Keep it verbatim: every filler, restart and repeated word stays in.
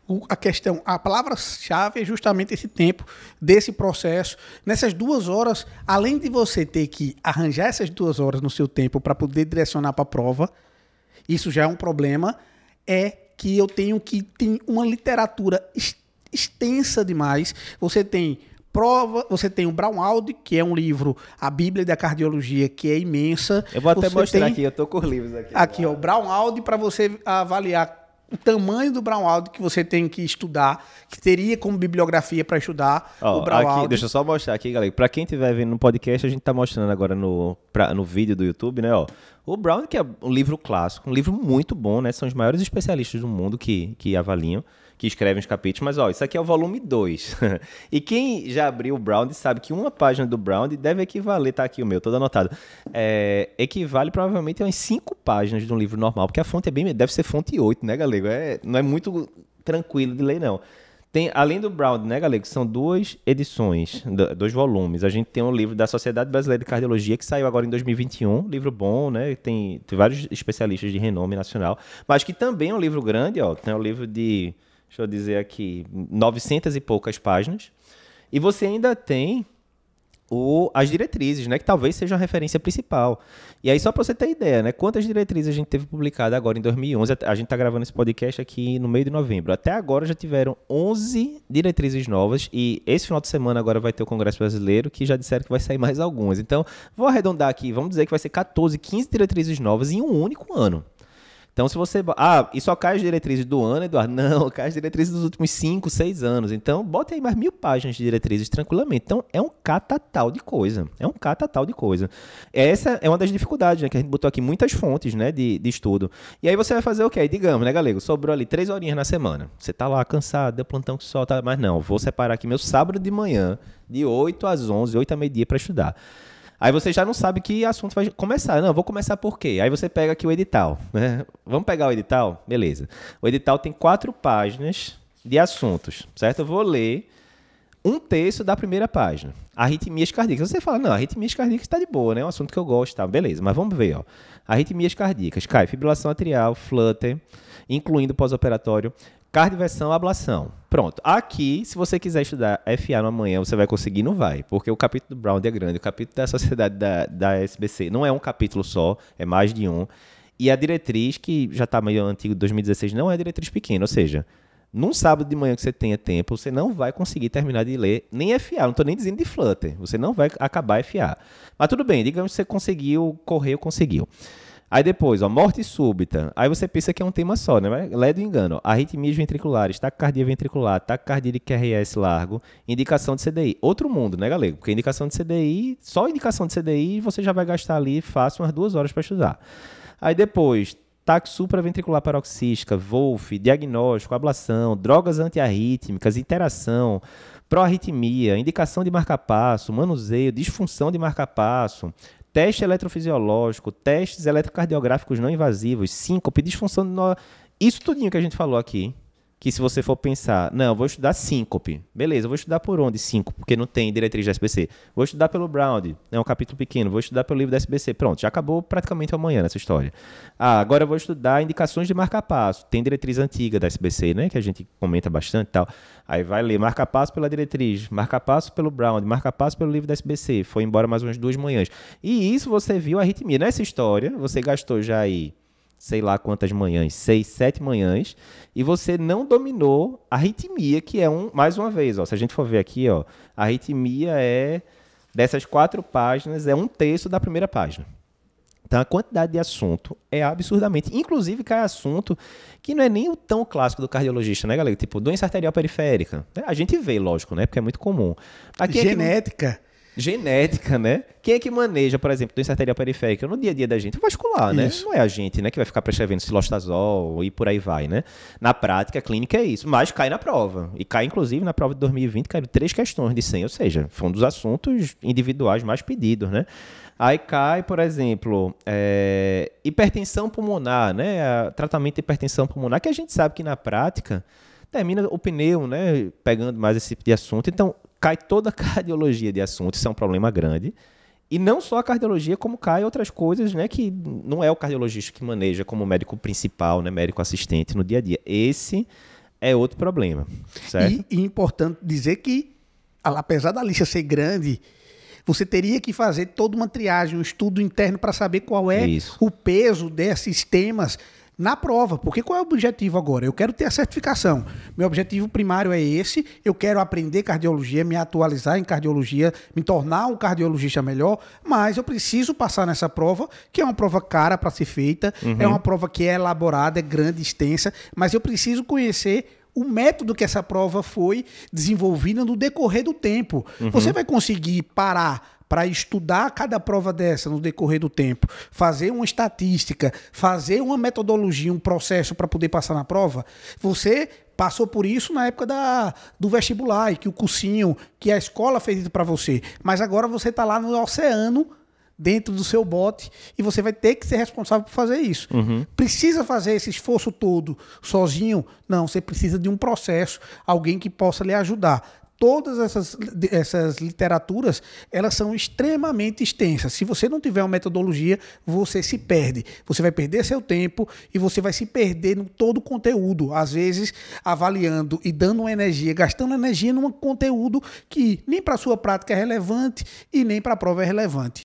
O, a questão, a palavra-chave é justamente esse tempo desse processo. Nessas duas horas, além de você ter que arranjar essas duas horas no seu tempo para poder direcionar para a prova, isso já é um problema, é que eu tenho que ter uma literatura extensa demais. Você tem prova, você tem o Brownald, que é um livro, a Bíblia da Cardiologia, que é imensa. Eu vou até você mostrar tem, aqui, eu tô com os livros aqui. Aqui, ó, o Brownald, para você avaliar o tamanho do Brownald que você tem que estudar, que teria como bibliografia para estudar ó, o Brownald. Aqui, deixa eu só mostrar aqui, galera. Para quem estiver vendo no podcast, a gente tá mostrando agora no, pra, no vídeo do YouTube, né? Ó, o Brown, que é um livro clássico, um livro muito bom, né? São os maiores especialistas do mundo que, que avaliam, que escrevem os capítulos. Mas, ó, isso aqui é o volume dois. E quem já abriu o Brown sabe que uma página do Brown deve equivaler, tá aqui o meu, todo anotado, é, equivale provavelmente a umas cinco páginas de um livro normal, porque a fonte é bem, deve ser fonte oito, né, galego? É, não é muito tranquilo de ler, não. Tem, além do Brown, né, galego, são duas edições, dois volumes. A gente tem um livro da Sociedade Brasileira de Cardiologia, que saiu agora em dois mil e vinte e um, livro bom, né, tem, tem vários especialistas de renome nacional, mas que também é um livro grande, ó, tem um livro de, deixa eu dizer aqui, novecentas e poucas páginas, e você ainda tem o, as diretrizes, né, que talvez seja a referência principal. E aí, só para você ter ideia, né, quantas diretrizes a gente teve publicada agora em dois mil e onze, a gente está gravando esse podcast aqui no meio de novembro. Até agora já tiveram onze diretrizes novas e esse final de semana agora vai ter o Congresso Brasileiro, que já disseram que vai sair mais algumas. Então, vou arredondar aqui, vamos dizer que vai ser catorze, quinze diretrizes novas em um único ano. Então, se você... Ah, e só cai as diretrizes do ano, Eduardo? Não, cai as diretrizes dos últimos cinco, seis anos. Então, bota aí mais mil páginas de diretrizes tranquilamente. Então, é um catatal de coisa. É um catatal de coisa. Essa é uma das dificuldades, né? Que a gente botou aqui muitas fontes, né? De, de estudo. E aí você vai fazer o quê? Digamos, né, galego? Sobrou ali três horinhas na semana. Você tá lá cansado, deu plantão que só, tá... Mas não, vou separar aqui meu sábado de manhã, de oito às onze, oito a meio-dia para estudar. Aí você já não sabe que assunto vai começar. Não, vou começar por quê? Aí você pega aqui o edital, né? Vamos pegar o edital? Beleza. O edital tem quatro páginas de assuntos, certo? Eu vou ler um terço da primeira página. Arritmias cardíacas. Você fala, não, arritmias cardíacas está de boa, né? É um assunto que eu gosto, tá? Beleza, mas vamos ver, ó. Arritmias cardíacas. Cai fibrilação atrial, flutter, incluindo pós-operatório, cardioversão, ablação. Pronto. Aqui, se você quiser estudar F A no amanhã, você vai conseguir, não vai. Porque o capítulo do Brown é grande. O capítulo da Sociedade da, da S B C não é um capítulo só, é mais de um. E a diretriz, que já está meio antigo, de dois mil e dezesseis, não é diretriz pequena. Ou seja, num sábado de manhã que você tenha tempo, você não vai conseguir terminar de ler nem F A. Não estou nem dizendo de flutter. Você não vai acabar F A. Mas tudo bem, digamos que você conseguiu, correu, conseguiu. Aí depois, ó, morte súbita. Aí você pensa que é um tema só, né? Mas lê do engano. Ó, arritmias ventriculares, taquicardia ventricular, taquicardia de Q R S largo, indicação de C D I. Outro mundo, né, galego? Porque indicação de C D I, só indicação de C D I, você já vai gastar ali fácil umas duas horas para estudar. Aí depois, taque supraventricular paroxística, Wolff, diagnóstico, ablação, drogas antiarrítmicas, interação, proarritmia, indicação de marca-passo, manuseio, disfunção de marca-passo, teste eletrofisiológico, testes eletrocardiográficos não invasivos, síncope, disfunção de... No... Isso tudinho que a gente falou aqui, que se você for pensar, não, eu vou estudar síncope. Beleza, eu vou estudar por onde síncope? Porque não tem diretriz da S B C. Vou estudar pelo Brown, é um capítulo pequeno. Vou estudar pelo livro da S B C. Pronto, já acabou praticamente amanhã nessa história. Ah, agora eu vou estudar indicações de marca-passo. Tem diretriz antiga da S B C, né? Que a gente comenta bastante e tal. Aí vai ler marca-passo pela diretriz, marca-passo pelo Brown, marca-passo pelo livro da S B C. Foi embora mais umas duas manhãs. E isso você viu a arritmia. Nessa história, você gastou já aí sei lá quantas manhãs, seis, sete manhãs, e você não dominou a arritmia, que é um, mais uma vez, ó, se a gente for ver aqui, ó, a arritmia é, dessas quatro páginas, é um terço da primeira página. Então, a quantidade de assunto é absurdamente... Inclusive, cai assunto que não é nem o tão clássico do cardiologista, né, galera? Tipo, doença arterial periférica. A gente vê, lógico, né? Porque é muito comum. Aqui Genética. É que... Genética, né? Quem é que maneja, por exemplo, doença arterial periférica no dia a dia da gente? O vascular, né? Isso. Não é a gente, né, que vai ficar prescrevendo cilostazol e por aí vai, né? Na prática, a clínica é isso. Mas cai na prova. E cai, inclusive, na prova de dois mil e vinte, caíram três questões de cem. Ou seja, foi um dos assuntos individuais mais pedidos, né? Aí cai, por exemplo, é, hipertensão pulmonar, né? Tratamento de hipertensão pulmonar, que a gente sabe que na prática termina o pneu, né? Pegando mais esse tipo de assunto. Então, cai toda a cardiologia de assuntos, isso é um problema grande. E não só a cardiologia, como cai outras coisas, né? Que não é o cardiologista que maneja como médico principal, né? Médico assistente no dia a dia. Esse é outro problema, certo? E, e é importante dizer que, apesar da lista ser grande, você teria que fazer toda uma triagem, um estudo interno para saber qual é Isso. o peso desses temas na prova. Porque qual é o objetivo agora? Eu quero ter a certificação. Meu objetivo primário é esse. Eu quero aprender cardiologia, me atualizar em cardiologia, me tornar um cardiologista melhor, mas eu preciso passar nessa prova, que é uma prova cara para ser feita, uhum. é uma prova que é elaborada, é grande, extensa, mas eu preciso conhecer o método que essa prova foi desenvolvida no decorrer do tempo. Uhum. Você vai conseguir parar para estudar cada prova dessa no decorrer do tempo, fazer uma estatística, fazer uma metodologia, um processo para poder passar na prova? Você passou por isso na época da, do vestibular, e que o cursinho, que a escola fez isso para você. Mas agora você está lá no oceano, dentro do seu bote, e você vai ter que ser responsável por fazer isso. Uhum. Precisa fazer esse esforço todo sozinho? Não, você precisa de um processo, alguém que possa lhe ajudar. Todas essas, essas literaturas, elas são extremamente extensas. Se você não tiver uma metodologia, você se perde. Você vai perder seu tempo e você vai se perder no todo o conteúdo. Às vezes, avaliando e dando uma energia, gastando energia num conteúdo que nem para a sua prática é relevante e nem para a prova é relevante.